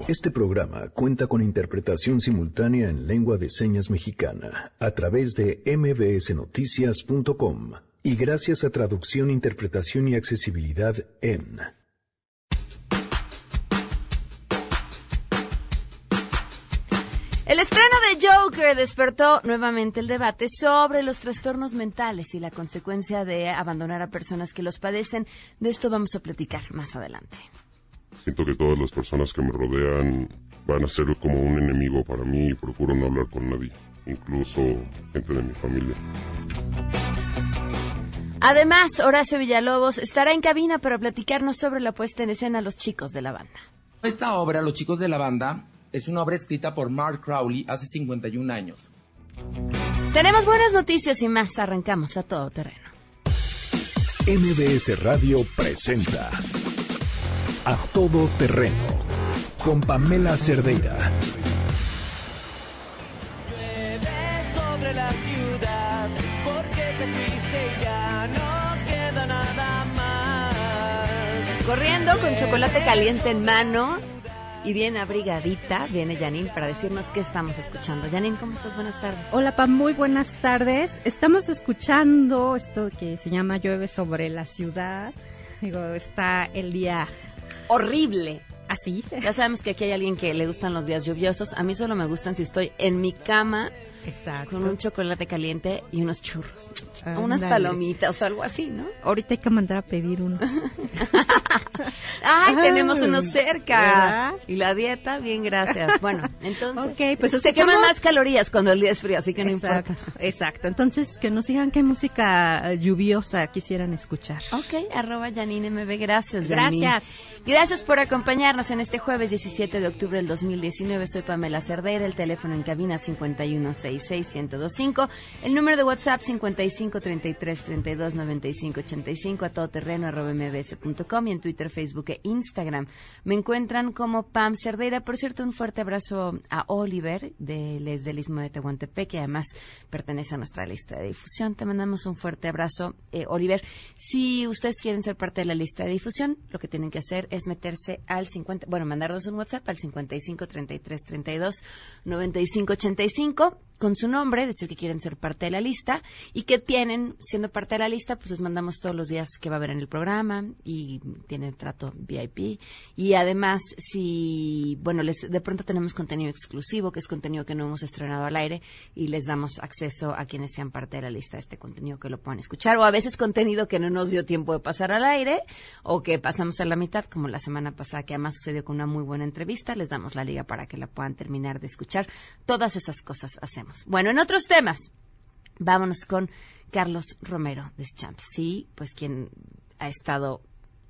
Este programa cuenta con interpretación simultánea en lengua de señas mexicana a través de mbsnoticias.com y gracias a traducción, interpretación y accesibilidad en... El estreno de Joker despertó nuevamente el debate sobre los trastornos mentales y la consecuencia de abandonar a personas que los padecen. De esto vamos a platicar más adelante. Siento que todas las personas que me rodean van a ser como un enemigo para mí y procuro no hablar con nadie, incluso gente de mi familia. Además, Horacio Villalobos estará en cabina para platicarnos sobre la puesta en escena Los Chicos de la Banda. Esta obra, Los Chicos de la Banda, es una obra escrita por Mark Crowley hace 51 años. Tenemos buenas noticias y más. Arrancamos a todo terreno. MBS Radio presenta A Todo Terreno con Pamela Cerdeira. Llueve sobre la ciudad porque te fuiste y ya no queda nada más. Corriendo con chocolate caliente en mano y bien abrigadita, viene Janine para decirnos qué estamos escuchando. Janine, ¿cómo estás? Buenas tardes. Hola, Pam, muy buenas tardes. Estamos escuchando esto que se llama Llueve sobre la ciudad. Digo, está el día horrible. Así. Ya sabemos que aquí hay alguien que le gustan los días lluviosos. A mí solo me gustan si estoy en mi cama. Exacto. Con un chocolate caliente y unos churros. Unas palomitas o algo así, ¿no? Ahorita hay que mandar a pedir unos. Ay, tenemos unos cerca. ¿Verdad? Y la dieta, bien, gracias. Bueno, entonces, okay, pues se queman más calorías cuando el día es frío, así que no exacto, importa. Exacto, entonces que nos digan qué música lluviosa quisieran escuchar. Ok, @JanineMB, gracias, Janine. Gracias. Gracias por acompañarnos en este jueves 17 de octubre del 2019. Soy Pamela Cerdeira, el teléfono en cabina 5166125, el número de WhatsApp 5533329585, a todoterreno @mbs.com y en Twitter, Facebook e Instagram. Me encuentran como Pam Cerdeira. Por cierto, un fuerte abrazo a Oliver, del Istmo de Tehuantepec, que además pertenece a nuestra lista de difusión. Te mandamos un fuerte abrazo, Oliver. Si ustedes quieren ser parte de la lista de difusión, lo que tienen que hacer es meterse al mandarnos un WhatsApp al 5533329585 con su nombre, decir que quieren ser parte de la lista y que tienen, siendo parte de la lista, pues les mandamos todos los días que va a haber en el programa y tienen trato VIP. Y además, si, de pronto tenemos contenido exclusivo, que es contenido que no hemos estrenado al aire y les damos acceso a quienes sean parte de la lista a este contenido que lo puedan escuchar, o a veces contenido que no nos dio tiempo de pasar al aire o que pasamos a la mitad, como la semana pasada, que además sucedió con una muy buena entrevista. Les damos la liga para que la puedan terminar de escuchar. Todas esas cosas hacemos. Bueno, en otros temas, vámonos con Carlos Romero de Champs. Sí, pues quien ha estado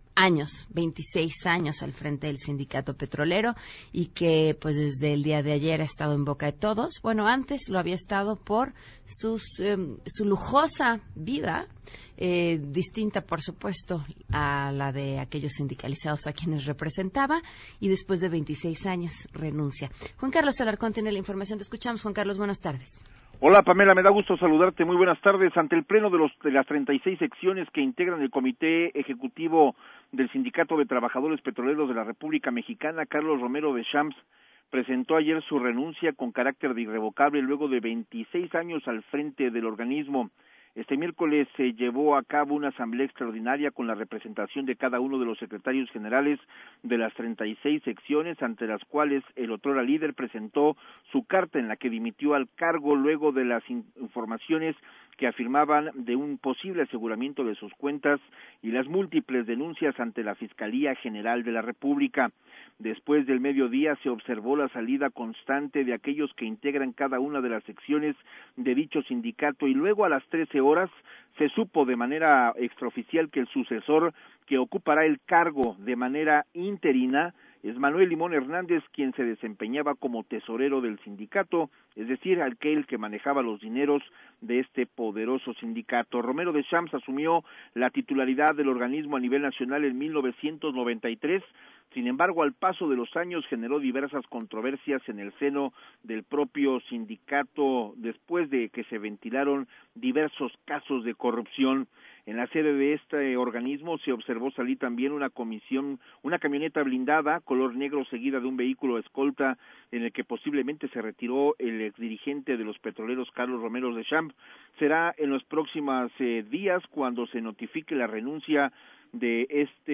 26 años al frente del sindicato petrolero y que pues desde el día de ayer ha estado en boca de todos. Bueno, antes lo había estado por su lujosa vida, distinta por supuesto a la de aquellos sindicalizados a quienes representaba, y después de 26 años renuncia. Juan Carlos Alarcón tiene la información. Te escuchamos, Juan Carlos, buenas tardes. Hola, Pamela, me da gusto saludarte. Muy buenas tardes. Ante el pleno de las 36 secciones que integran el Comité Ejecutivo del Sindicato de Trabajadores Petroleros de la República Mexicana, Carlos Romero de Champs presentó ayer su renuncia con carácter de irrevocable luego de 26 años al frente del organismo. Este miércoles se llevó a cabo una asamblea extraordinaria con la representación de cada uno de los secretarios generales de las 36 secciones, ante las cuales el otrora líder presentó su carta en la que dimitió al cargo luego de las informaciones que afirmaban de un posible aseguramiento de sus cuentas y las múltiples denuncias ante la Fiscalía General de la República. Después del mediodía se observó la salida constante de aquellos que integran cada una de las secciones de dicho sindicato y luego a las 13 horas se supo de manera extraoficial que el sucesor que ocupará el cargo de manera interina es Manuel Limón Hernández, quien se desempeñaba como tesorero del sindicato, es decir, aquel que manejaba los dineros de este poderoso sindicato. Romero de Champs asumió la titularidad del organismo a nivel nacional en 1993, sin embargo, al paso de los años generó diversas controversias en el seno del propio sindicato después de que se ventilaron diversos casos de corrupción. En la sede de este organismo se observó salir también una camioneta blindada color negro seguida de un vehículo escolta en el que posiblemente se retiró el exdirigente de los petroleros Carlos Romero Deschamps. Será en los próximos días cuando se notifique la renuncia de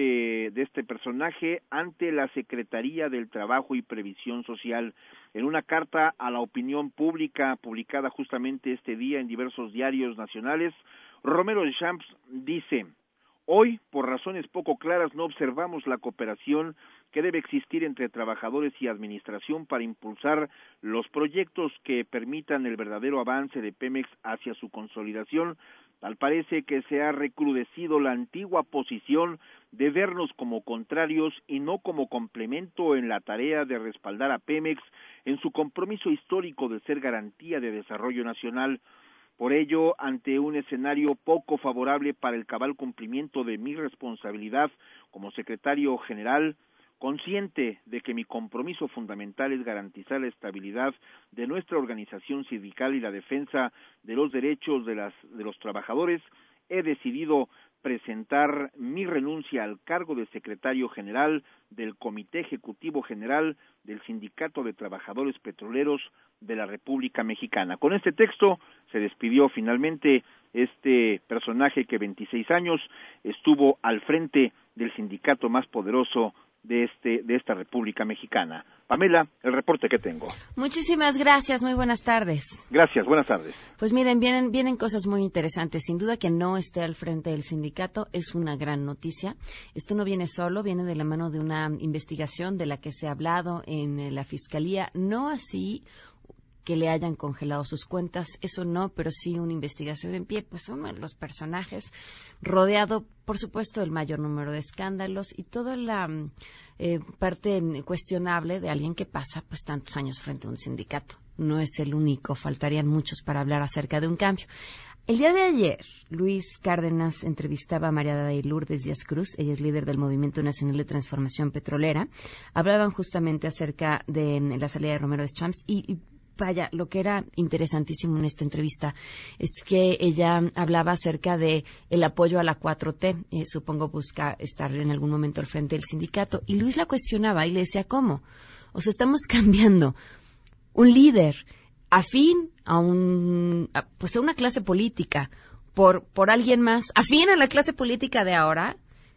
este personaje ante la Secretaría del Trabajo y Previsión Social. En una carta a la opinión pública publicada justamente este día en diversos diarios nacionales, Romero Deschamps dice: hoy, por razones poco claras, no observamos la cooperación que debe existir entre trabajadores y administración para impulsar los proyectos que permitan el verdadero avance de Pemex hacia su consolidación. Tal parece que se ha recrudecido la antigua posición de vernos como contrarios y no como complemento en la tarea de respaldar a Pemex en su compromiso histórico de ser garantía de desarrollo nacional. Por ello, ante un escenario poco favorable para el cabal cumplimiento de mi responsabilidad como secretario general, consciente de que mi compromiso fundamental es garantizar la estabilidad de nuestra organización sindical y la defensa de los derechos de los trabajadores, he decidido presentar mi renuncia al cargo de secretario general del Comité Ejecutivo General del Sindicato de Trabajadores Petroleros de la República Mexicana. Con este texto se despidió finalmente este personaje que 26 años estuvo al frente del sindicato más poderoso de esta República Mexicana. Pamela, el reporte que tengo. Muchísimas gracias, muy buenas tardes. Gracias, buenas tardes. Pues miren, vienen cosas muy interesantes. Sin duda que no esté al frente del sindicato es una gran noticia. Esto no viene solo, viene de la mano de una investigación de la que se ha hablado en la Fiscalía, no así que le hayan congelado sus cuentas, eso no, pero sí una investigación en pie, pues uno de los personajes rodeado, por supuesto, del mayor número de escándalos y toda la parte cuestionable de alguien que pasa pues tantos años frente a un sindicato. No es el único, faltarían muchos para hablar acerca de un cambio. El día de ayer, Luis Cárdenas entrevistaba a María de Lourdes Díaz Cruz, ella es líder del Movimiento Nacional de Transformación Petrolera. Hablaban justamente acerca de la salida de Romero Deschamps y vaya, lo que era interesantísimo en esta entrevista es que ella hablaba acerca de el apoyo a la 4T, supongo busca estar en algún momento al frente del sindicato, y Luis la cuestionaba y le decía, ¿cómo? O sea, estamos cambiando un líder afín a una clase política por alguien más afín a la clase política de ahora.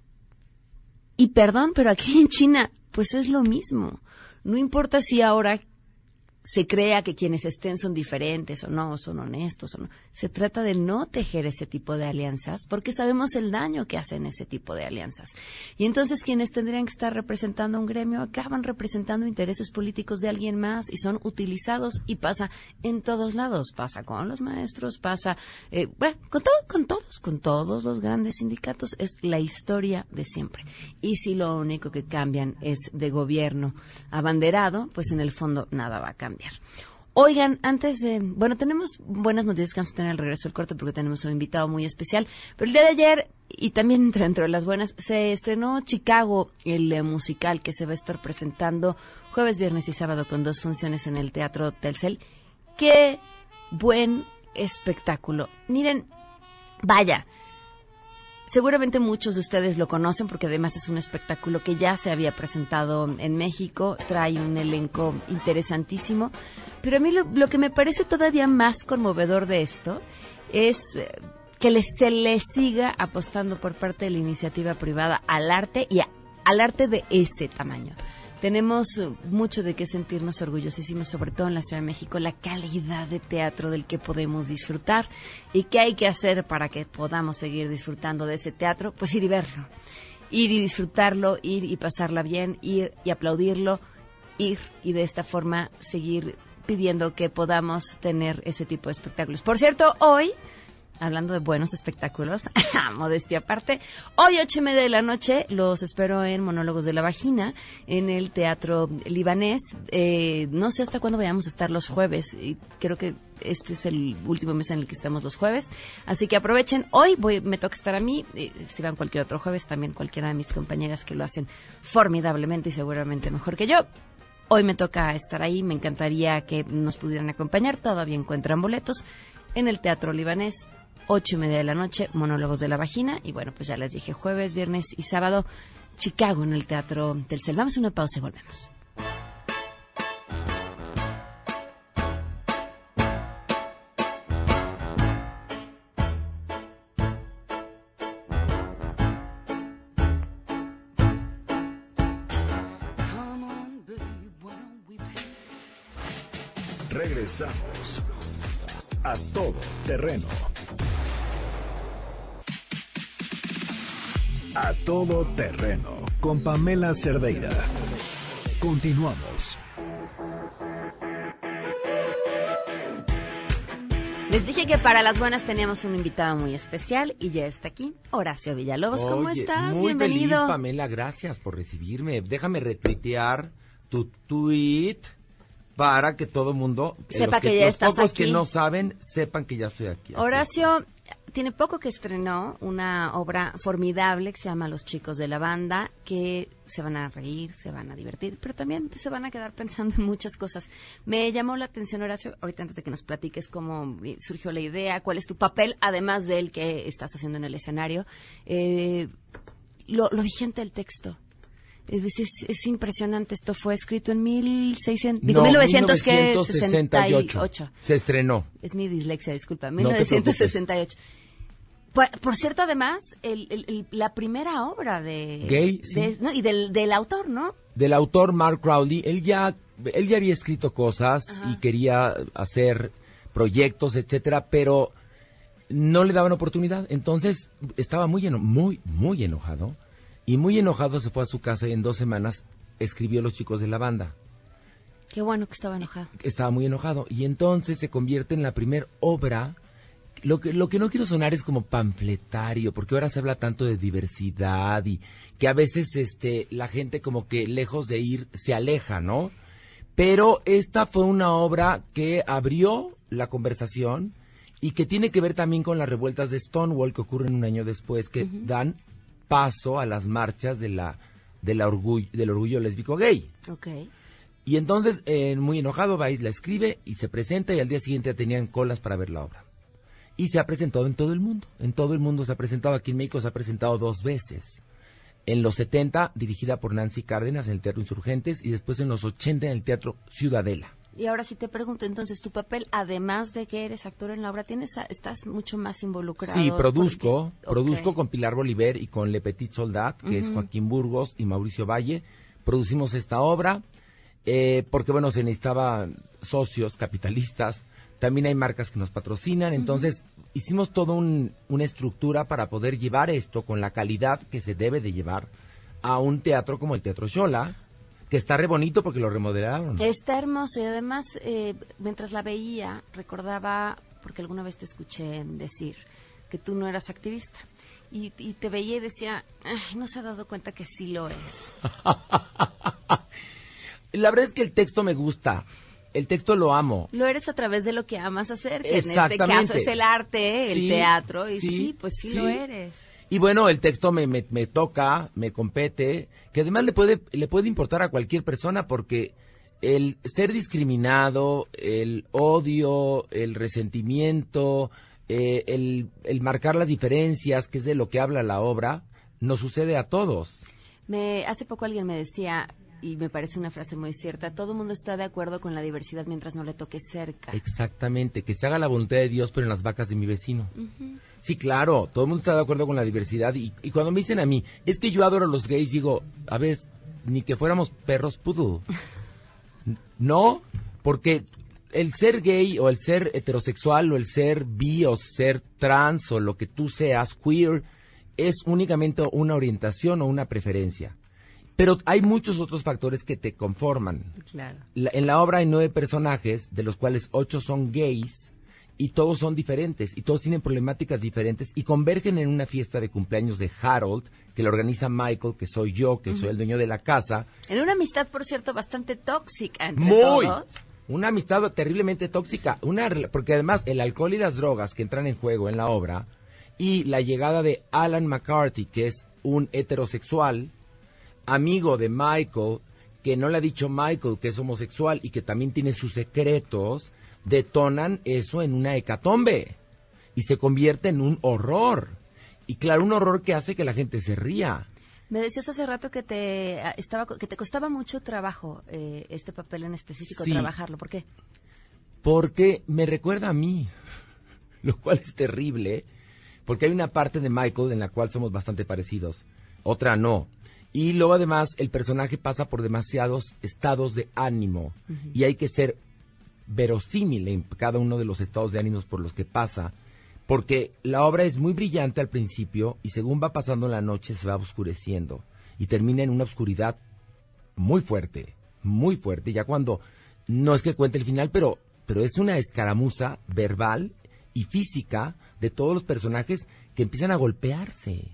Y perdón, pero aquí en China pues es lo mismo. No importa si ahora se crea que quienes estén son diferentes o no, son honestos o no. Se trata de no tejer ese tipo de alianzas porque sabemos el daño que hacen ese tipo de alianzas. Y entonces quienes tendrían que estar representando un gremio acaban representando intereses políticos de alguien más y son utilizados y pasa en todos lados. Pasa con los maestros, pasa con todos los grandes sindicatos. Es la historia de siempre. Y si lo único que cambian es de gobierno abanderado, pues en el fondo nada va a cambiar. Oigan, tenemos buenas noticias que vamos a tener al regreso del corte porque tenemos un invitado muy especial, pero el día de ayer, y también dentro de las buenas, se estrenó Chicago, el musical que se va a estar presentando jueves, viernes y sábado con 2 funciones en el Teatro Telcel. ¡Qué buen espectáculo! Miren, vaya, seguramente muchos de ustedes lo conocen porque además es un espectáculo que ya se había presentado en México, trae un elenco interesantísimo, pero a mí lo que me parece todavía más conmovedor de esto es que se le siga apostando por parte de la iniciativa privada al arte y al arte de ese tamaño. Tenemos mucho de qué sentirnos orgullosísimos, sobre todo en la Ciudad de México, la calidad de teatro del que podemos disfrutar. ¿Y qué hay que hacer para que podamos seguir disfrutando de ese teatro? Pues ir y verlo, ir y disfrutarlo, ir y pasarla bien, ir y aplaudirlo, ir y de esta forma seguir pidiendo que podamos tener ese tipo de espectáculos. Por cierto, hoy, hablando de buenos espectáculos, modestia aparte, hoy 8:30 de la noche los espero en Monólogos de la Vagina, en el Teatro Libanés. No sé hasta cuándo vayamos a estar los jueves, y creo que este es el último mes en el que estamos los jueves, así que aprovechen. Hoy me toca estar a mí, si van cualquier otro jueves, también cualquiera de mis compañeras que lo hacen formidablemente y seguramente mejor que yo. Hoy me toca estar ahí, me encantaría que nos pudieran acompañar, todavía encuentran boletos en el Teatro Libanés. 8:30 de la noche, Monólogos de la Vagina. Y bueno, pues ya les dije, jueves, viernes y sábado, Chicago en el Teatro Telcel. Vamos a una pausa y volvemos. Regresamos a Todo Terreno. A Todo Terreno con Pamela Cerdeira. Continuamos. Les dije que para las buenas teníamos un invitado muy especial y ya está aquí, Horacio Villalobos. ¿Cómo estás? Muy Bienvenido. feliz, Pamela, gracias por recibirme. Déjame retuitear tu tweet para que todo el mundo sepa que ya estás aquí. Los pocos que no saben, sepan que ya estoy aquí. Horacio tiene poco que estrenó una obra formidable que se llama Los Chicos de la Banda, que se van a reír, se van a divertir, pero también se van a quedar pensando en muchas cosas. Me llamó la atención, Horacio, ahorita antes de que nos platiques cómo surgió la idea, cuál es tu papel, además del que estás haciendo en el escenario, lo vigente del texto. Es impresionante, esto fue escrito en 1968. Se estrenó. Es mi dislexia, disculpa, 1968. Por cierto, además, la primera obra de... Gay, sí. ¿no? Y del autor, ¿no? Del autor Mark Crowley. Él ya había escrito cosas. Ajá. Y quería hacer proyectos, etcétera, pero no le daban oportunidad. Entonces, estaba muy enojado. Y muy enojado se fue a su casa y en 2 semanas escribió Los Chicos de la Banda. Qué bueno que estaba enojado. Estaba muy enojado. Y entonces se convierte en la primer obra. Lo que no quiero sonar es como panfletario, porque ahora se habla tanto de diversidad y que a veces la gente como que lejos de ir se aleja, ¿no? Pero esta fue una obra que abrió la conversación y que tiene que ver también con las revueltas de Stonewall que ocurren un año después, que dan paso a las marchas del orgullo lésbico gay. Okay. Y entonces, muy enojado, va y la escribe y se presenta y al día siguiente ya tenían colas para ver la obra. Y se ha presentado en todo el mundo. En todo el mundo se ha presentado. Aquí en México se ha presentado 2 veces. En los 70, dirigida por Nancy Cárdenas en el Teatro Insurgentes y después en los 80 en el Teatro Ciudadela. Y ahora sí te pregunto, entonces, tu papel, además de que eres actor en la obra, estás mucho más involucrado. Sí, produzco con Pilar Bolívar y con Le Petit Soldat, que es Joaquín Burgos y Mauricio Valle. Producimos esta obra porque, bueno, se necesitaban socios, capitalistas. También hay marcas que nos patrocinan. Entonces, hicimos toda una estructura para poder llevar esto con la calidad que se debe de llevar a un teatro como el Teatro Xola, que está re bonito porque lo remodelaron. Está hermoso y además, mientras la veía, recordaba, porque alguna vez te escuché decir que tú no eras activista. Y te veía y decía, no se ha dado cuenta que sí lo es. La verdad es que el texto me gusta. El texto lo amo. Lo eres a través de lo que amas hacer, que en este caso es el arte, el teatro, y sí, lo eres. Y bueno, el texto me toca, me compete, que además le puede importar a cualquier persona porque el ser discriminado, el odio, el resentimiento, el marcar las diferencias, que es de lo que habla la obra, nos sucede a todos. Hace poco alguien me decía, y me parece una frase muy cierta, todo el mundo está de acuerdo con la diversidad mientras no le toque cerca. Exactamente, que se haga la voluntad de Dios, pero en las vacas de mi vecino. Sí, claro, todo el mundo está de acuerdo con la diversidad y cuando me dicen a mí, es que yo adoro a los gays, digo, a ver, ni que fuéramos perros poodle. No, porque el ser gay o el ser heterosexual o el ser bi o ser trans o lo que tú seas, queer, es únicamente una orientación o una preferencia. Pero hay muchos otros factores que te conforman. Claro. En la obra hay 9 personajes, de los cuales 8 son gays, y todos son diferentes, y todos tienen problemáticas diferentes, y convergen en una fiesta de cumpleaños de Harold, que lo organiza Michael, que soy yo, que soy el dueño de la casa. En una amistad, por cierto, bastante tóxica entre todos. Una amistad terriblemente tóxica, porque además el alcohol y las drogas que entran en juego en la obra, y la llegada de Alan McCarthy, que es un heterosexual, amigo de Michael, que no le ha dicho Michael que es homosexual y que también tiene sus secretos, detonan eso en una hecatombe. y se convierte en un horror. Y claro, un horror que hace que la gente se ría. Me decías hace rato que te costaba mucho trabajo este papel en específico, Sí. trabajarlo. ¿Por qué? Porque me recuerda a mí, lo cual es terrible, porque hay una parte de Michael en la cual somos bastante parecidos, otra no. Y luego además el personaje pasa por demasiados estados de ánimo y hay que ser verosímil en cada uno de los estados de ánimos por los que pasa, porque la obra es muy brillante al principio y según va pasando la noche se va oscureciendo y termina en una oscuridad muy fuerte, ya cuando, no es que cuente el final, pero es una escaramuza verbal y física de todos los personajes que empiezan a golpearse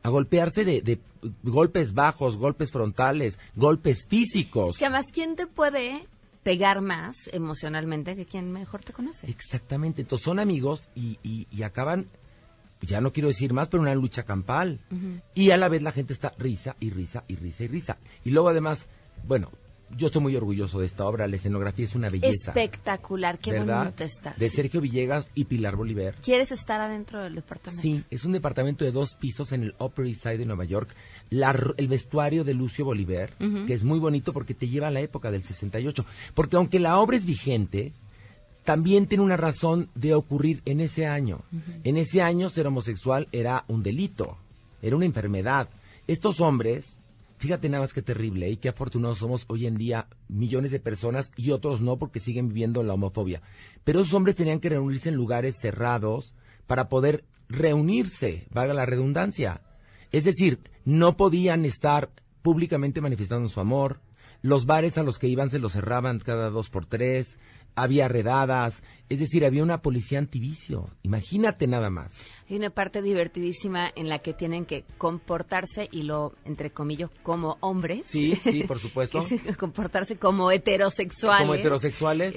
de golpes bajos, golpes frontales, golpes físicos. Que además, ¿quién te puede pegar más emocionalmente que quien mejor te conoce? Exactamente, entonces son amigos y acaban, ya no quiero decir más, pero una lucha campal. Y a la vez la gente está risa y risa y risa y risa. Y luego además, bueno, yo estoy muy orgulloso de esta obra, la escenografía es una belleza. Espectacular, qué ¿verdad? bonita está. De Sí. Sergio Villegas y Pilar Bolívar. ¿Quieres estar adentro del departamento? Sí, es un departamento de 2 pisos en el Upper East Side de Nueva York. El vestuario de Lucio Bolívar, que es muy bonito porque te lleva a la época del 68. Porque aunque la obra es vigente, también tiene una razón de ocurrir en ese año. En ese año ser homosexual era un delito, era una enfermedad. Estos hombres, fíjate nada más qué terrible y qué afortunados somos hoy en día millones de personas y otros no porque siguen viviendo la homofobia. Pero esos hombres tenían que reunirse en lugares cerrados para poder reunirse, valga la redundancia. Es decir, no podían estar públicamente manifestando su amor. Los bares a los que iban se los cerraban cada 2 por 3. Había redadas, es decir, había una policía antivicio. Imagínate nada más. Hay una parte divertidísima en la que tienen que comportarse, y lo entre comillas, como hombres. Sí, por supuesto. Que es comportarse como heterosexuales. Como heterosexuales.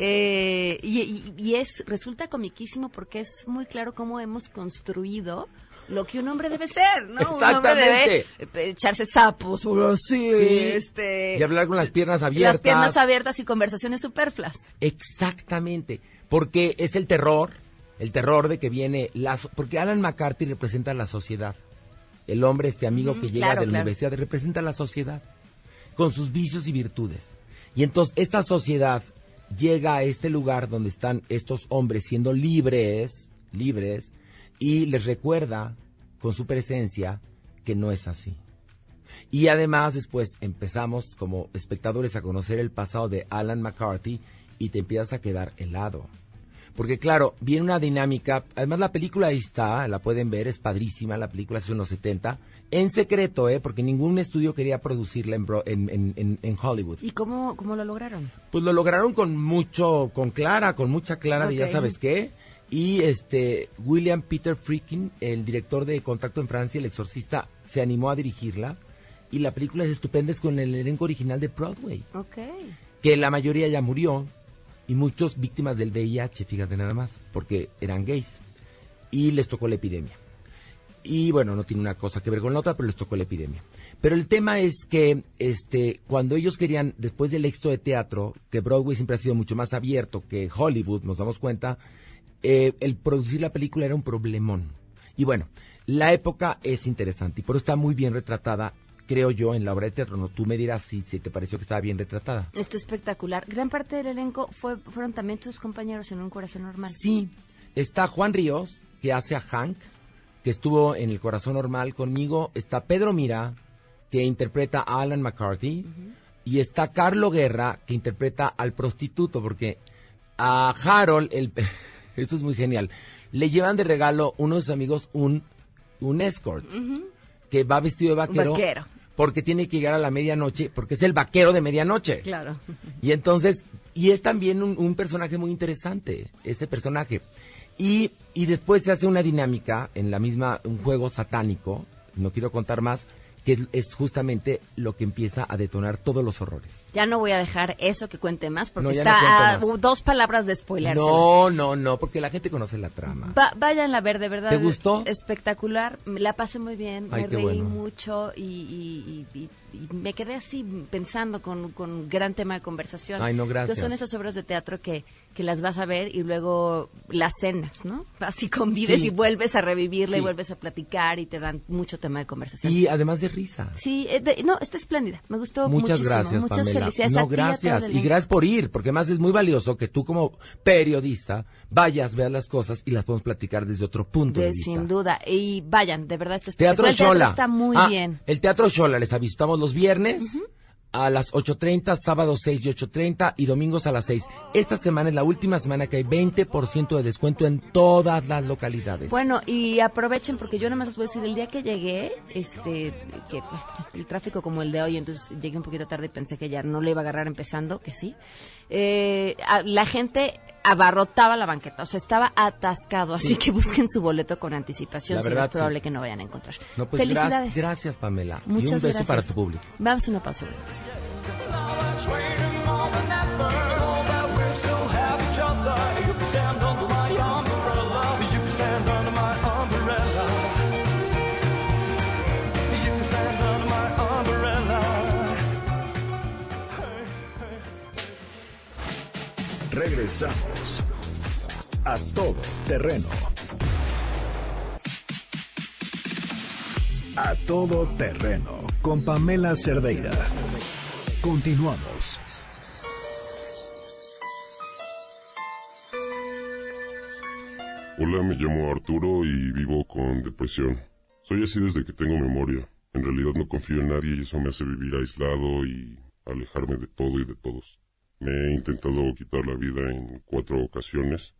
Resulta comiquísimo porque es muy claro cómo hemos construido lo que un hombre debe ser, ¿no? Un hombre debe echarse sapos o así, y hablar con las piernas abiertas. Las piernas abiertas y conversaciones superfluas. Exactamente, porque es el terror de que viene, porque Alan McCarthy representa la sociedad. El hombre, amigo que llega de la universidad, representa la sociedad, con sus vicios y virtudes. Y entonces esta sociedad llega a este lugar donde están estos hombres siendo libres, y les recuerda con su presencia que no es así. Y además después empezamos como espectadores a conocer el pasado de Alan McCarthy y te empiezas a quedar helado. Porque claro, viene una dinámica, además la película ahí está, la pueden ver, es padrísima, la película es en los 70, en secreto, porque ningún estudio quería producirla en Hollywood. ¿Y cómo lo lograron? Pues lo lograron con mucha clara de ya sabes qué. Y William Peter Friedkin, el director de Contacto en Francia, El Exorcista, se animó a dirigirla. Y la película es estupenda, es con el elenco original de Broadway. Que la mayoría ya murió. Y muchos víctimas del VIH, fíjate nada más, porque eran gays. Y les tocó la epidemia. Y bueno, no tiene una cosa que ver con la otra, pero les tocó la epidemia. Pero el tema es que cuando ellos querían, después del éxito de teatro, que Broadway siempre ha sido mucho más abierto que Hollywood, nos damos cuenta, el producir la película era un problemón. Y bueno, la época es interesante y por eso está muy bien retratada, creo yo, en la obra de teatro. No, tú me dirás si te pareció que estaba bien retratada. Está espectacular. Gran parte del elenco fueron también tus compañeros en Un Corazón Normal. Sí, está Juan Ríos, que hace a Hank, que estuvo en El Corazón Normal conmigo. Está Pedro Mira, que interpreta a Alan McCarthy. Y está Carlo Guerra, que interpreta al prostituto, porque a Harold, esto es muy genial, le llevan de regalo uno de sus amigos un escort, que va vestido de vaquero, porque tiene que llegar a la medianoche, porque es el vaquero de medianoche. Claro. Y entonces, y es también un personaje muy interesante, ese personaje. Y después se hace una dinámica en la misma, un juego satánico, no quiero contar más, que es justamente lo que empieza a detonar todos los horrores. Ya no voy a dejar eso que cuente más, porque no, está a 2 palabras de spoiler. No, porque la gente conoce la trama. Váyanla a ver, de verdad. ¿Te gustó? Espectacular, la pasé muy bien, me reí bueno. mucho y me quedé así pensando con gran tema de conversación. Ay, no, gracias. Entonces son esas obras de teatro que las vas a ver y luego las cenas, ¿no? Así convives Sí. y vuelves a revivirla Sí. y vuelves a platicar y te dan mucho tema de conversación. Y además de risa. Sí, no, está espléndida. Me gustó Muchas muchísimo. gracias, Muchas Pamela. felicidades No, a ti y a todo gracias. el Y elenco. gracias por ir, porque además es muy valioso que tú como periodista vayas, veas las cosas y las podemos platicar desde otro punto de vista. Sin duda. Y vayan, de verdad, este Teatro espectáculo. El Xola. teatro está muy bien. El Teatro Xola, les avisamos los viernes a las 8:30, sábados 6 y 8:30 y domingos a las 6. Esta semana es la última semana que hay 20% de descuento en todas las localidades. Bueno, y aprovechen porque yo nada más les voy a decir, el día que llegué, que el tráfico como el de hoy, entonces llegué un poquito tarde y pensé que ya no le iba a agarrar empezando, que sí. La gente abarrotaba la banqueta, o sea, estaba atascado, así que busquen su boleto con anticipación, La si no verdad, es probable sí. que no vayan a encontrar. No, pues Felicidades. gracias, Pamela. Muchas y un beso gracias. para tu público. Vamos a una pausa. Volvemos. Regresamos a Todo Terreno. A Todo Terreno con Pamela Cerdeira. Continuamos. Hola, me llamo Arturo y vivo con depresión. Soy así desde que tengo memoria. En realidad no confío en nadie y eso me hace vivir aislado y alejarme de todo y de todos. Me he intentado quitar la vida en 4 ocasiones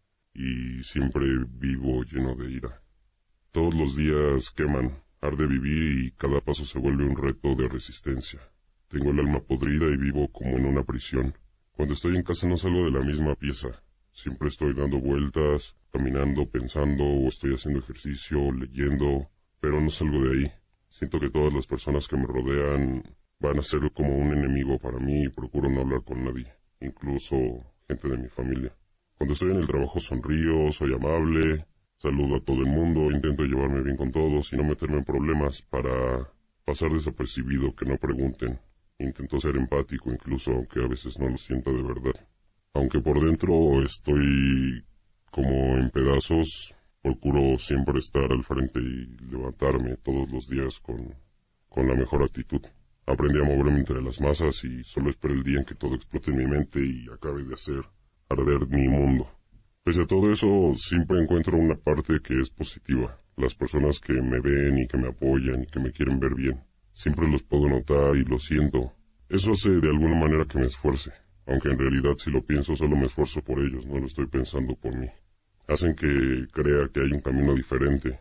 y siempre vivo lleno de ira. Todos los días queman, arde vivir y cada paso se vuelve un reto de resistencia. Tengo el alma podrida y vivo como en una prisión. Cuando estoy en casa no salgo de la misma pieza. Siempre estoy dando vueltas, caminando, pensando, o estoy haciendo ejercicio, leyendo, pero no salgo de ahí. Siento que todas las personas que me rodean van a ser como un enemigo para mí y procuro no hablar con nadie, incluso gente de mi familia. Cuando estoy en el trabajo sonrío, soy amable, saludo a todo el mundo, intento llevarme bien con todos y no meterme en problemas para pasar desapercibido, que no pregunten. Intento ser empático incluso aunque a veces no lo sienta de verdad. Aunque por dentro estoy como en pedazos, procuro siempre estar al frente y levantarme todos los días con la mejor actitud. Aprendí a moverme entre las masas y solo espero el día en que todo explote en mi mente y acabe de hacer arder mi mundo. Pese a todo eso, siempre encuentro una parte que es positiva. Las personas que me ven y que me apoyan y que me quieren ver bien. Siempre los puedo notar y lo siento. Eso hace de alguna manera que me esfuerce. Aunque en realidad si lo pienso solo me esfuerzo por ellos, no lo estoy pensando por mí. Hacen que crea que hay un camino diferente.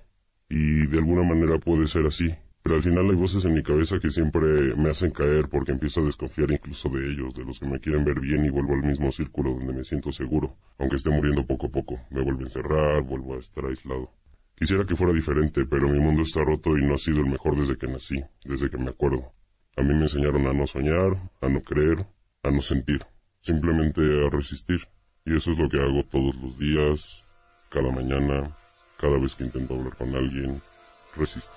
Y de alguna manera puede ser así. Pero al final hay voces en mi cabeza que siempre me hacen caer porque empiezo a desconfiar incluso de ellos, de los que me quieren ver bien y vuelvo al mismo círculo donde me siento seguro. Aunque esté muriendo poco a poco, me vuelvo a encerrar, vuelvo a estar aislado. Quisiera que fuera diferente, pero mi mundo está roto y no ha sido el mejor desde que nací, desde que me acuerdo. A mí me enseñaron a no soñar, a no creer, a no sentir, simplemente a resistir. Y eso es lo que hago todos los días, cada mañana, cada vez que intento hablar con alguien, resisto.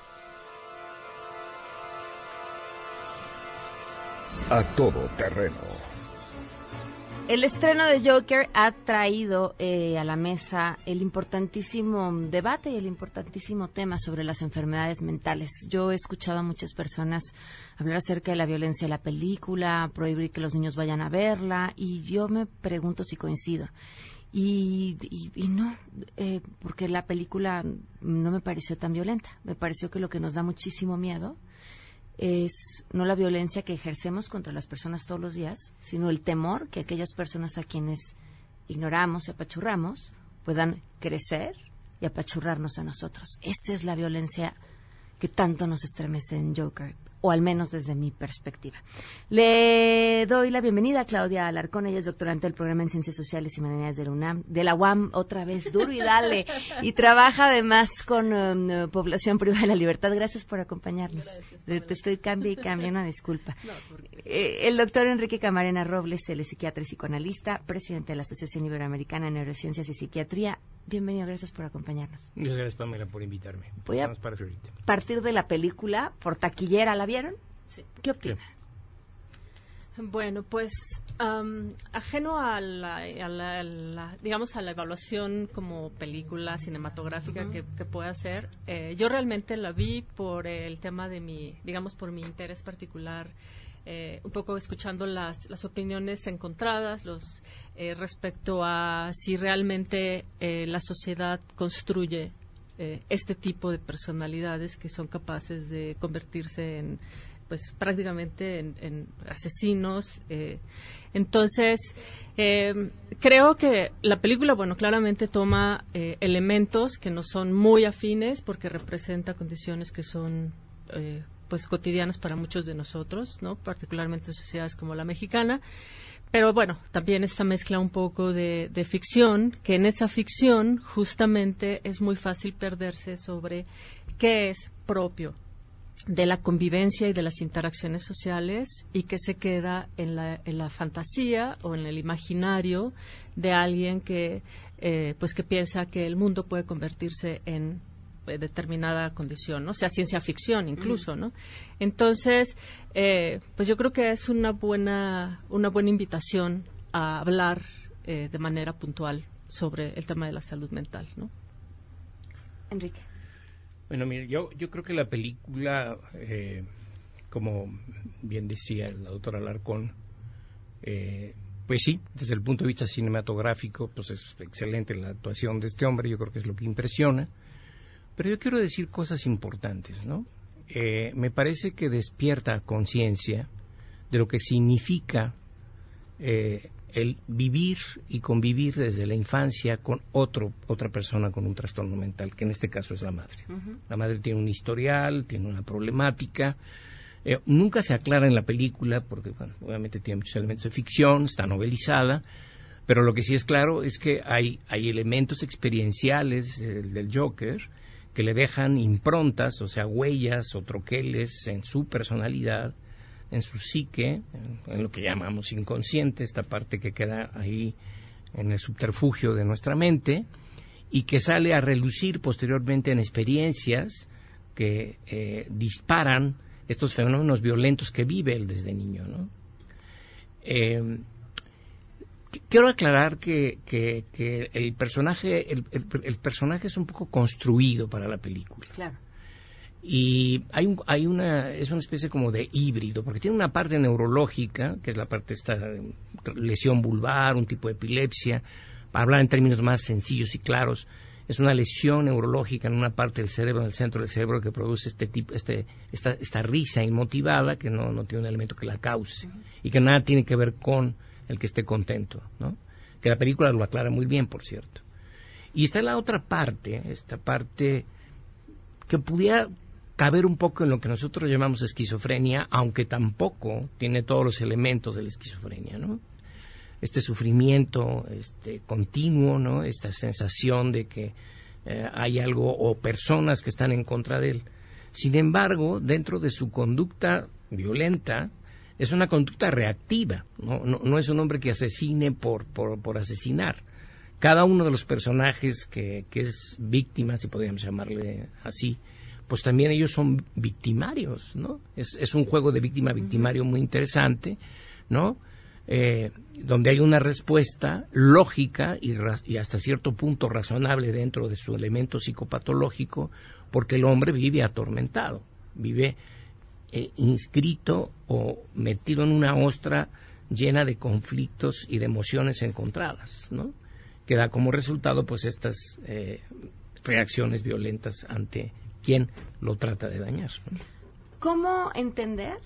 A Todo Terreno. El estreno de Joker ha traído a la mesa el importantísimo debate y el importantísimo tema sobre las enfermedades mentales. Yo he escuchado a muchas personas hablar acerca de la violencia de la película, prohibir que los niños vayan a verla, y yo me pregunto si coincido. Y no, porque la película no me pareció tan violenta. Me pareció que lo que nos da muchísimo miedo es no la violencia que ejercemos contra las personas todos los días, sino el temor que aquellas personas a quienes ignoramos y apachurramos puedan crecer y apachurrarnos a nosotros. Esa es la violencia que tanto nos estremece en Joker, o al menos desde mi perspectiva. Le doy la bienvenida a Claudia Alarcón. Ella es doctorante del programa en Ciencias Sociales y Humanidades de la UAM, otra vez, duro y dale, y trabaja además con población privada de la libertad. Gracias por acompañarnos. Te estoy cambiando, una disculpa. El doctor Enrique Camarena Robles, él es psiquiatra y psicoanalista, presidente de la Asociación Iberoamericana de Neurociencias y Psiquiatría. Bienvenido, gracias por acompañarnos. Muchas gracias, Pamela, por invitarme. Voy a Estamos para servirte. partir de la película, por taquillera, ¿la vieron? Sí. ¿Qué opinan? Bueno, pues ajeno a digamos, a la evaluación como película cinematográfica que pueda ser, yo realmente la vi por el tema de por mi interés particular, un poco escuchando las opiniones encontradas, respecto a si realmente la sociedad construye este tipo de personalidades que son capaces de convertirse en, pues, prácticamente en asesinos. Entonces, creo que la película, bueno, claramente toma elementos que no son muy afines porque representa condiciones que son pues cotidianas para muchos de nosotros, ¿no? Particularmente en sociedades como la mexicana. Pero bueno, también esta mezcla un poco de ficción, que en esa ficción justamente es muy fácil perderse sobre qué es propio de la convivencia y de las interacciones sociales y que se queda en la fantasía o en el imaginario de alguien que pues que piensa que el mundo puede convertirse en determinada condición, ¿no? O sea, ciencia ficción incluso, ¿no? Entonces, pues yo creo que es una buena invitación a hablar de manera puntual sobre el tema de la salud mental, ¿no? Enrique. Bueno, mire, yo creo que la película, como bien decía la doctora Alarcón, pues sí, desde el punto de vista cinematográfico, pues es excelente la actuación de este hombre, yo creo que es lo que impresiona. Pero yo quiero decir cosas importantes, ¿no? Me parece que despierta conciencia de lo que significa el vivir y convivir desde la infancia con otra persona con un trastorno mental, que en este caso es la madre. Uh-huh. La madre tiene un historial, tiene una problemática. Nunca se aclara en la película, porque bueno, obviamente tiene muchos elementos de ficción, está novelizada, pero lo que sí es claro es que hay elementos experienciales del Joker que le dejan improntas, o sea, huellas o troqueles en su personalidad, en su psique, en lo que llamamos inconsciente, esta parte que queda ahí en el subterfugio de nuestra mente, y que sale a relucir posteriormente en experiencias que disparan estos fenómenos violentos que vive él desde niño, ¿no? Quiero aclarar que el personaje es un poco construido para la película. Claro. Y es una especie como de híbrido, porque tiene una parte neurológica, que es la parte esta lesión vulvar, un tipo de epilepsia. Para hablar en términos más sencillos y claros, es una lesión neurológica en una parte del cerebro, en el centro del cerebro, que produce esta risa inmotivada que no tiene un elemento que la cause, uh-huh, y que nada tiene que ver con el que esté contento, ¿no? Que la película lo aclara muy bien, por cierto. Y está la otra parte, esta parte que pudiera caber un poco en lo que nosotros llamamos esquizofrenia, aunque tampoco tiene todos los elementos de la esquizofrenia, ¿no? Este sufrimiento continuo, ¿no? Esta sensación de que hay algo o personas que están en contra de él. Sin embargo, dentro de su conducta violenta, es una conducta reactiva, no es un hombre que asesine por asesinar. Cada uno de los personajes que es víctima, si podríamos llamarle así, pues también ellos son victimarios, ¿no? Es un juego de víctima-victimario muy interesante, ¿no? Donde hay una respuesta lógica y hasta cierto punto razonable dentro de su elemento psicopatológico, porque el hombre vive atormentado, vive inscrito o metido en una ostra llena de conflictos y de emociones encontradas, ¿no? Que da como resultado pues estas reacciones violentas ante quien lo trata de dañar, ¿no? ¿Cómo entender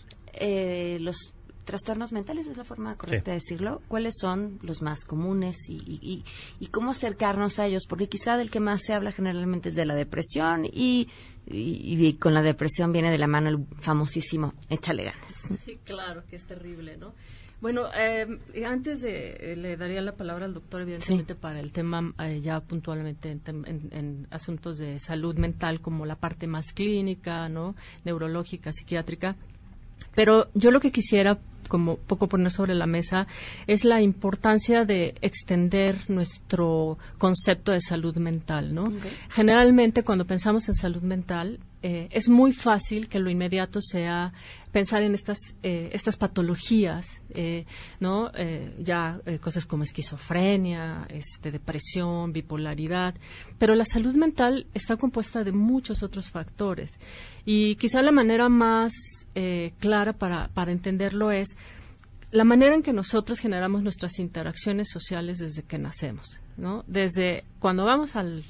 los trastornos mentales? ¿Es la forma correcta de decirlo? ¿Cuáles son los más comunes y cómo acercarnos a ellos? Porque quizá del que más se habla generalmente es de la depresión y con la depresión viene de la mano el famosísimo échale ganas. Sí, claro, que es terrible, ¿no? Bueno, antes le daría la palabra al doctor, evidentemente, sí, para el tema ya puntualmente en asuntos de salud mental, como la parte más clínica, ¿no? Neurológica, psiquiátrica. Pero yo lo que quisiera como poco poner sobre la mesa es la importancia de extender nuestro concepto de salud mental, ¿no? Okay. Generalmente cuando pensamos en salud mental es muy fácil que lo inmediato sea pensar en estas patologías, ¿no? Cosas como esquizofrenia, depresión, bipolaridad, pero la salud mental está compuesta de muchos otros factores y quizá la manera más clara para entenderlo es la manera en que nosotros generamos nuestras interacciones sociales desde que nacemos, ¿no? Desde cuando vamos al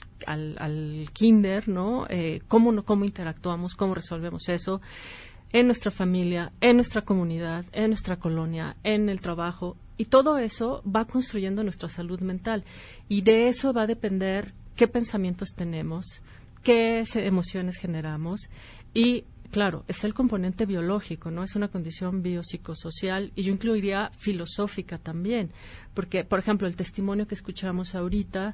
kinder, ¿no? Cómo interactuamos, cómo resolvemos eso en nuestra familia, en nuestra comunidad, en nuestra colonia, en el trabajo, y todo eso va construyendo nuestra salud mental, y de eso va a depender qué pensamientos tenemos, qué emociones generamos, y claro, está el componente biológico, ¿no? Es una condición biopsicosocial y yo incluiría filosófica también, porque, por ejemplo, el testimonio que escuchamos ahorita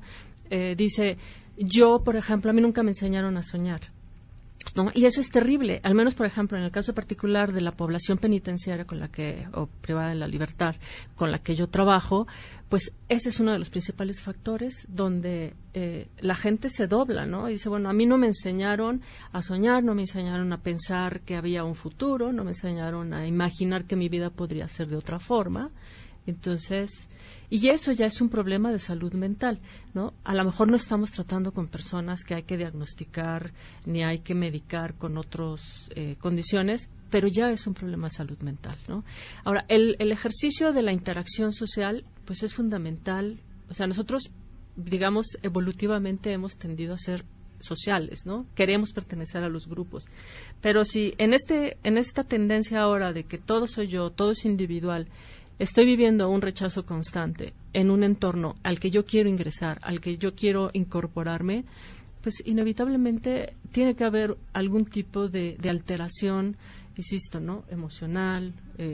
dice, por ejemplo, a mí nunca me enseñaron a soñar, ¿no? Y eso es terrible, al menos, por ejemplo, en el caso particular de la población penitenciaria o privada de la libertad con la que yo trabajo, pues ese es uno de los principales factores donde la gente se dobla, ¿no? Y dice, bueno, a mí no me enseñaron a soñar, no me enseñaron a pensar que había un futuro, no me enseñaron a imaginar que mi vida podría ser de otra forma. Entonces, y eso ya es un problema de salud mental, ¿no? A lo mejor no estamos tratando con personas que hay que diagnosticar ni hay que medicar con otras condiciones, pero ya es un problema de salud mental, ¿no? Ahora, el ejercicio de la interacción social, pues es fundamental. O sea, nosotros, digamos, evolutivamente hemos tendido a ser sociales, ¿no? Queremos pertenecer a los grupos. Pero si en esta tendencia ahora de que todo soy yo, todo es individual, estoy viviendo un rechazo constante en un entorno al que yo quiero ingresar, al que yo quiero incorporarme, pues inevitablemente tiene que haber algún tipo de alteración, insisto, ¿no? Emocional,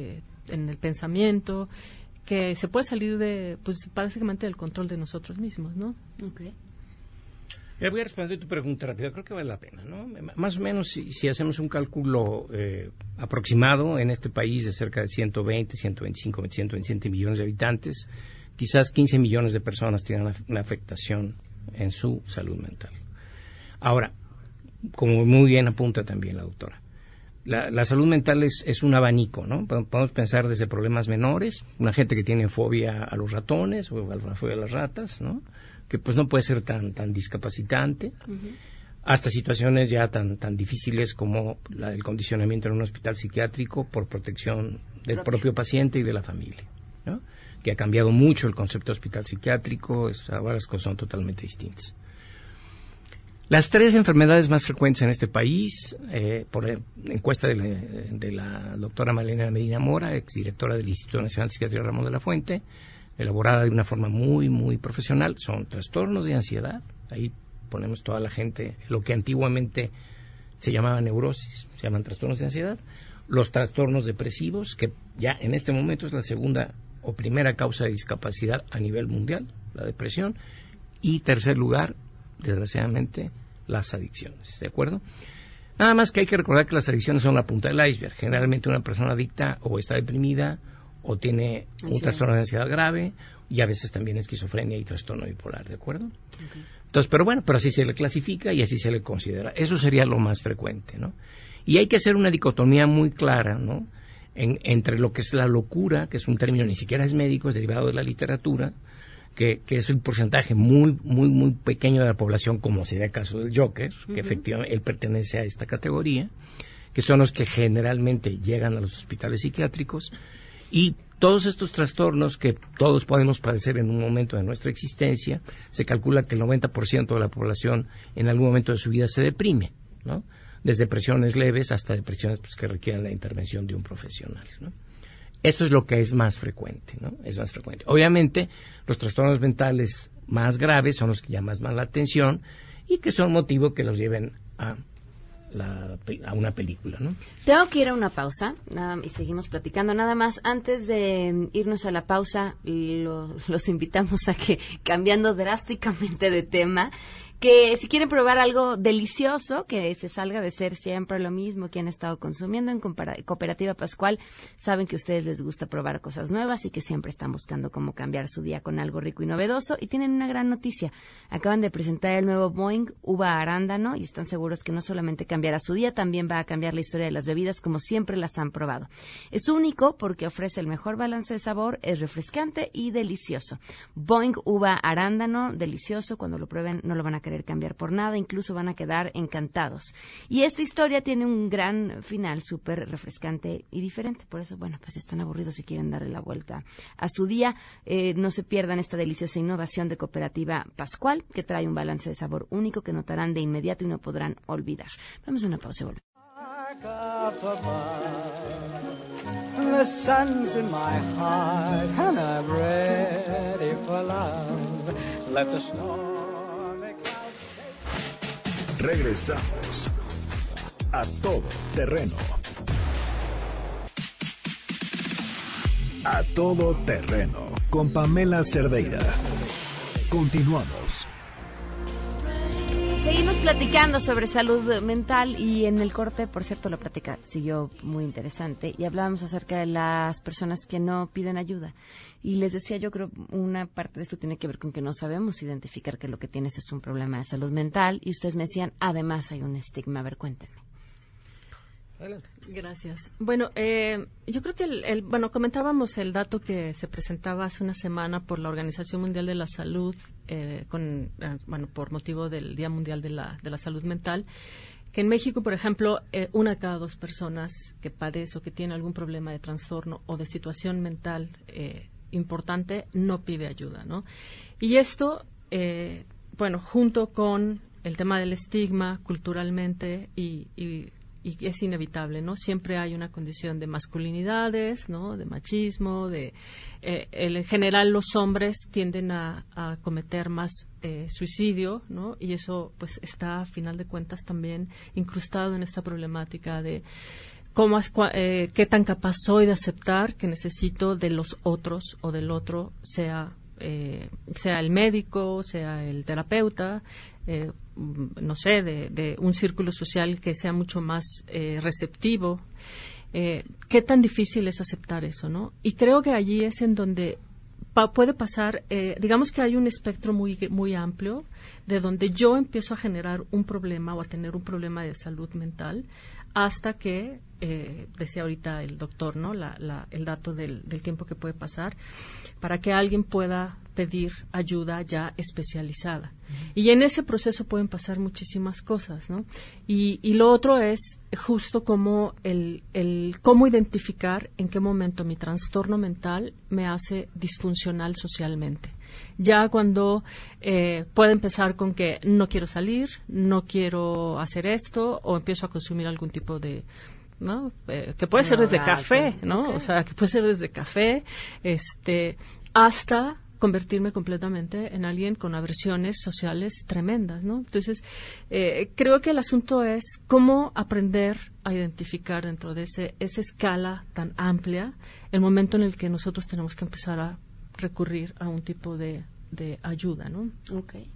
en el pensamiento, que se puede salir básicamente del control de nosotros mismos, ¿no? Okay. Voy a responder tu pregunta rápido. Creo que vale la pena, ¿no? Más o menos, si hacemos un cálculo aproximado en este país de cerca de 120, 125, 127 millones de habitantes, quizás 15 millones de personas tienen una afectación en su salud mental. Ahora, como muy bien apunta también la doctora, la salud mental es un abanico, ¿no? Podemos pensar desde problemas menores, una gente que tiene fobia a los ratones o fobia a las ratas, ¿no? Que pues no puede ser tan discapacitante, hasta situaciones ya tan difíciles como el condicionamiento en un hospital psiquiátrico por protección del propio paciente y de la familia, ¿no? Que ha cambiado mucho el concepto de hospital psiquiátrico, ahora las cosas son totalmente distintas. Las 3 enfermedades más frecuentes en este país, por la encuesta de la doctora Malena Medina Mora, exdirectora del Instituto Nacional de Psiquiatría Ramón de la Fuente, elaborada de una forma muy, muy profesional, son trastornos de ansiedad. Ahí ponemos toda la gente, lo que antiguamente se llamaba neurosis, se llaman trastornos de ansiedad. Los trastornos depresivos, que ya en este momento es la segunda o primera causa de discapacidad a nivel mundial, la depresión. Y tercer lugar, desgraciadamente, las adicciones, ¿de acuerdo? Nada más que hay que recordar que las adicciones son la punta del iceberg. Generalmente una persona adicta o está deprimida o tiene un trastorno de ansiedad grave y a veces también esquizofrenia y trastorno bipolar, ¿de acuerdo? Okay. Entonces, pero así se le clasifica y así se le considera. Eso sería lo más frecuente, ¿no? Y hay que hacer una dicotomía muy clara, ¿no? Entre lo que es la locura, que es un término ni siquiera es médico, es derivado de la literatura, que es un porcentaje muy, muy, muy pequeño de la población, como sería el caso del Joker, que efectivamente él pertenece a esta categoría, que son los que generalmente llegan a los hospitales psiquiátricos. Y todos estos trastornos que todos podemos padecer en un momento de nuestra existencia, se calcula que el 90% de la población en algún momento de su vida se deprime, ¿no? Desde depresiones leves hasta depresiones pues, que requieren la intervención de un profesional, ¿no? Esto es lo que es más frecuente, ¿no? Es más frecuente. Obviamente, los trastornos mentales más graves son los que llaman más la atención y que son motivo que los lleven a una película, ¿no? Tengo que ir a una pausa y seguimos platicando. Nada más, antes de irnos a la pausa, los invitamos a que, cambiando drásticamente de tema, que si quieren probar algo delicioso, que se salga de ser siempre lo mismo que han estado consumiendo en Cooperativa Pascual, saben que a ustedes les gusta probar cosas nuevas y que siempre están buscando cómo cambiar su día con algo rico y novedoso. Y tienen una gran noticia. Acaban de presentar el nuevo Boing Uva Arándano y están seguros que no solamente cambiará su día, también va a cambiar la historia de las bebidas como siempre las han probado. Es único porque ofrece el mejor balance de sabor, es refrescante y delicioso. Boing Uva Arándano, delicioso. Cuando lo prueben no lo van a querer cambiar por nada, incluso van a quedar encantados. Y esta historia tiene un gran final súper refrescante y diferente. Por eso, bueno, pues están aburridos y quieren darle la vuelta a su día. No se pierdan esta deliciosa innovación de Cooperativa Pascual, que trae un balance de sabor único que notarán de inmediato y no podrán olvidar. Vamos a una pausa y volvemos. The sun's in my heart and I'm ready for love. Let the stormy clouds... Regresamos a Todo Terreno. A Todo Terreno con Pamela Cerdeira. Continuamos. Seguimos platicando sobre salud mental y en el corte, por cierto, la plática siguió muy interesante y hablábamos acerca de las personas que no piden ayuda. Y les decía, yo creo una parte de esto tiene que ver con que no sabemos identificar que lo que tienes es un problema de salud mental y ustedes me decían, además hay un estigma. A ver, cuéntenme. Gracias. Bueno, yo creo que comentábamos el dato que se presentaba hace una semana por la Organización Mundial de la Salud, por motivo del Día Mundial de la Salud Mental, que en México, por ejemplo, 1 de cada 2 personas que padece o que tiene algún problema de trastorno o de situación mental importante no pide ayuda, ¿no? Y esto, junto con el tema del estigma culturalmente y es inevitable, ¿no? Siempre hay una condición de masculinidades, ¿no? De machismo, en general los hombres tienden a cometer más suicidio, ¿no? Y eso, pues, está a final de cuentas también incrustado en esta problemática de qué tan capaz soy de aceptar que necesito de los otros o del otro, sea el médico, sea el terapeuta, no sé, de un círculo social que sea mucho más receptivo. ¿Qué tan difícil es aceptar eso, no? Y creo que allí es en donde puede pasar, digamos que hay un espectro muy, muy amplio de donde yo empiezo a generar un problema o a tener un problema de salud mental hasta que, decía ahorita el doctor, ¿no? El dato del tiempo que puede pasar para que alguien pueda pedir ayuda ya especializada. Y en ese proceso pueden pasar muchísimas cosas, ¿no? Y lo otro es justo como cómo identificar en qué momento mi trastorno mental me hace disfuncional socialmente. Ya cuando puedo empezar con que no quiero salir, no quiero hacer esto, o empiezo a consumir algún tipo de, ¿no? Que puede ser desde café, ¿no? Okay. O sea, que puede ser desde café, hasta convertirme completamente en alguien con aversiones sociales tremendas, ¿no? Entonces, creo que el asunto es cómo aprender a identificar dentro de esa escala tan amplia el momento en el que nosotros tenemos que empezar a recurrir a un tipo de ayuda, ¿no? Okay.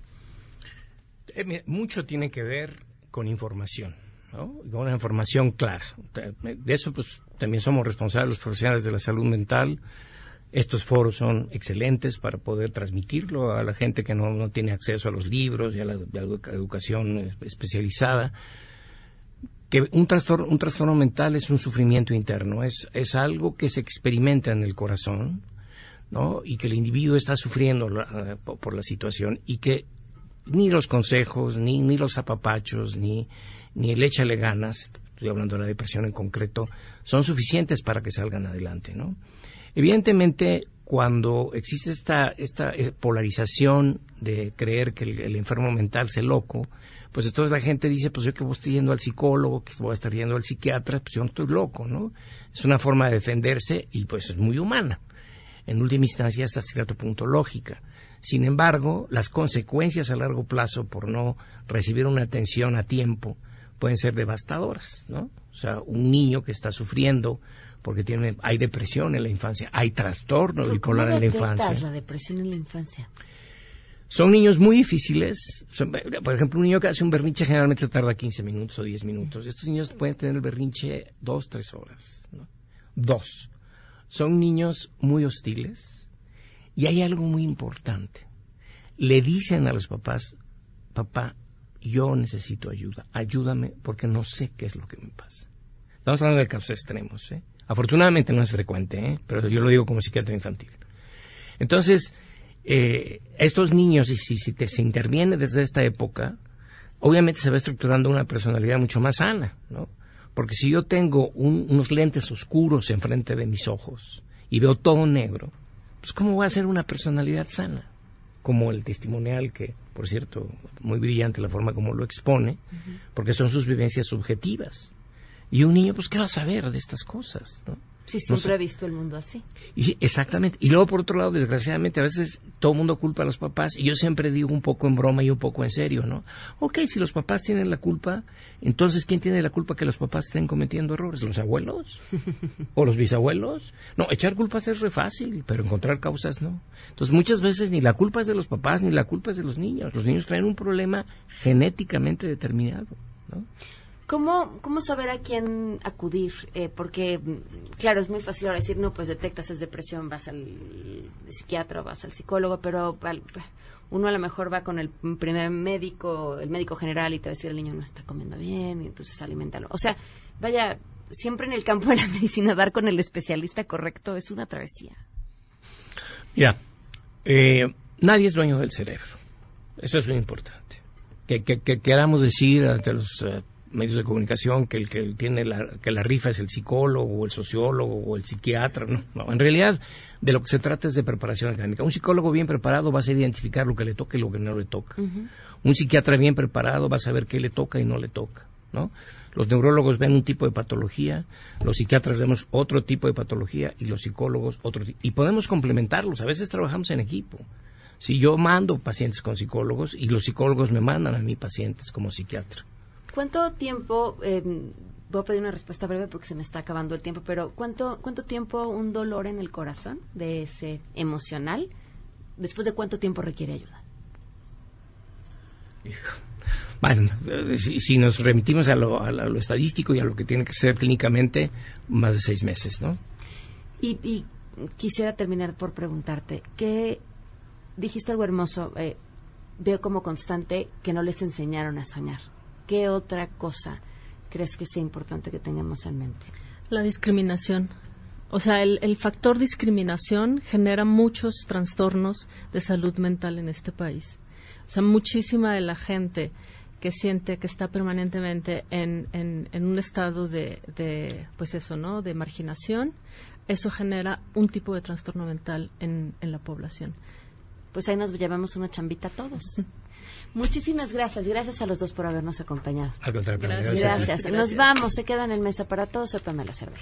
Mucho tiene que ver con información, ¿no? Con una información clara. De eso, pues, también somos responsables los profesionales de la salud mental. Estos foros son excelentes para poder transmitirlo a la gente que no tiene acceso a los libros y a la educación especializada. Que un trastorno mental es un sufrimiento interno, es algo que se experimenta en el corazón, ¿no? Y que el individuo está sufriendo por la situación y que ni los consejos, ni los apapachos, ni el échale ganas, estoy hablando de la depresión en concreto, son suficientes para que salgan adelante, ¿no? Evidentemente, cuando existe esta polarización de creer que el enfermo mental es el loco, pues entonces la gente dice, pues yo que voy a estar yendo al psicólogo, que voy a estar yendo al psiquiatra, pues yo no estoy loco, ¿no? Es una forma de defenderse y pues es muy humana. En última instancia, hasta cierto punto lógica. Sin embargo, las consecuencias a largo plazo por no recibir una atención a tiempo pueden ser devastadoras, ¿no? O sea, un niño que está sufriendo porque hay depresión en la infancia, hay trastorno bipolar en la infancia. ¿Cómo detectas la depresión en la infancia? Son niños muy difíciles. Por ejemplo, un niño que hace un berrinche generalmente tarda 15 minutos o 10 minutos. Estos niños pueden tener el berrinche 2, 3 horas, ¿no? 2. Son niños muy hostiles. Y hay algo muy importante. Le dicen a los papás, papá, yo necesito ayuda. Ayúdame porque no sé qué es lo que me pasa. Estamos hablando de casos extremos, ¿eh? Afortunadamente no es frecuente, ¿eh? Pero yo lo digo como psiquiatra infantil. Entonces, estos niños, si se interviene desde esta época, obviamente se va estructurando una personalidad mucho más sana, ¿no? Porque si yo tengo unos lentes oscuros enfrente de mis ojos y veo todo negro, pues ¿cómo voy a ser una personalidad sana? Como el testimonial que, por cierto, muy brillante la forma como lo expone, porque son sus vivencias subjetivas. Y un niño, pues, ¿qué va a saber de estas cosas, no? Sí, siempre he visto el mundo así. Y, exactamente. Y luego, por otro lado, desgraciadamente, a veces todo el mundo culpa a los papás, y yo siempre digo un poco en broma y un poco en serio, ¿no? Ok, si los papás tienen la culpa, entonces, ¿quién tiene la culpa que los papás estén cometiendo errores? ¿Los abuelos? ¿O los bisabuelos? No, echar culpas es re fácil, pero encontrar causas no. Entonces, muchas veces ni la culpa es de los papás, ni la culpa es de los niños. Los niños traen un problema genéticamente determinado, ¿no? ¿Cómo saber a quién acudir? Porque, claro, es muy fácil ahora decir, no, pues detectas es depresión, vas al psiquiatra, vas al psicólogo, pero uno a lo mejor va con el primer médico, el médico general, y te va a decir, el niño no está comiendo bien, y entonces aliméntalo. O sea, vaya, siempre en el campo de la medicina, dar con el especialista correcto es una travesía. Mira, nadie es dueño del cerebro. Eso es muy importante. Que queramos decir ante los medios de comunicación que el que tiene que la rifa es el psicólogo o el sociólogo o el psiquiatra. No, en realidad de lo que se trata es de preparación académica. Un psicólogo bien preparado va a saber identificar lo que le toca y lo que no le toca. Un psiquiatra bien preparado va a saber qué le toca y no le toca, ¿no? Los neurólogos ven un tipo de patología, los psiquiatras vemos otro tipo de patología y los psicólogos otro tipo. Y podemos complementarlos. A veces trabajamos en equipo. Si yo mando pacientes con psicólogos y los psicólogos me mandan a mí pacientes como psiquiatra. ¿Cuánto tiempo, voy a pedir una respuesta breve porque se me está acabando el tiempo, pero ¿cuánto tiempo un dolor en el corazón, de ese emocional, después de cuánto tiempo requiere ayuda? Bueno, si nos remitimos a lo estadístico y a lo que tiene que ser clínicamente, más de 6 meses, ¿no? Y quisiera terminar por preguntarte, ¿qué dijiste algo hermoso? Veo como constante que no les enseñaron a soñar. ¿Qué otra cosa crees que sea importante que tengamos en mente? La discriminación. O sea, el factor discriminación genera muchos trastornos de salud mental en este país. O sea, muchísima de la gente que siente que está permanentemente en un estado de pues eso, ¿no?, de marginación, eso genera un tipo de trastorno mental en la población. Pues ahí nos llevamos una chambita todos. Muchísimas gracias. Gracias a los dos por habernos acompañado. Al contrario, gracias. Nos vamos. Se quedan en Mesa para Todos. Soy Pamela Cerdeira.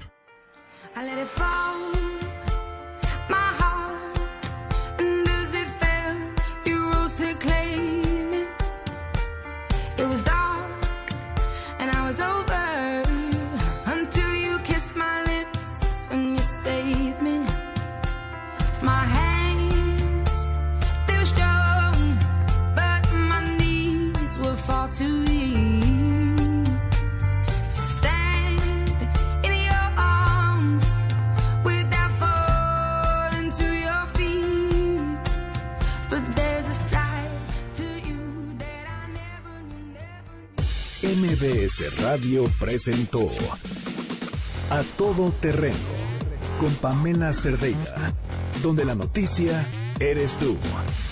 MBS Radio presentó A Todo Terreno con Pamela Cerdeira, donde la noticia eres tú.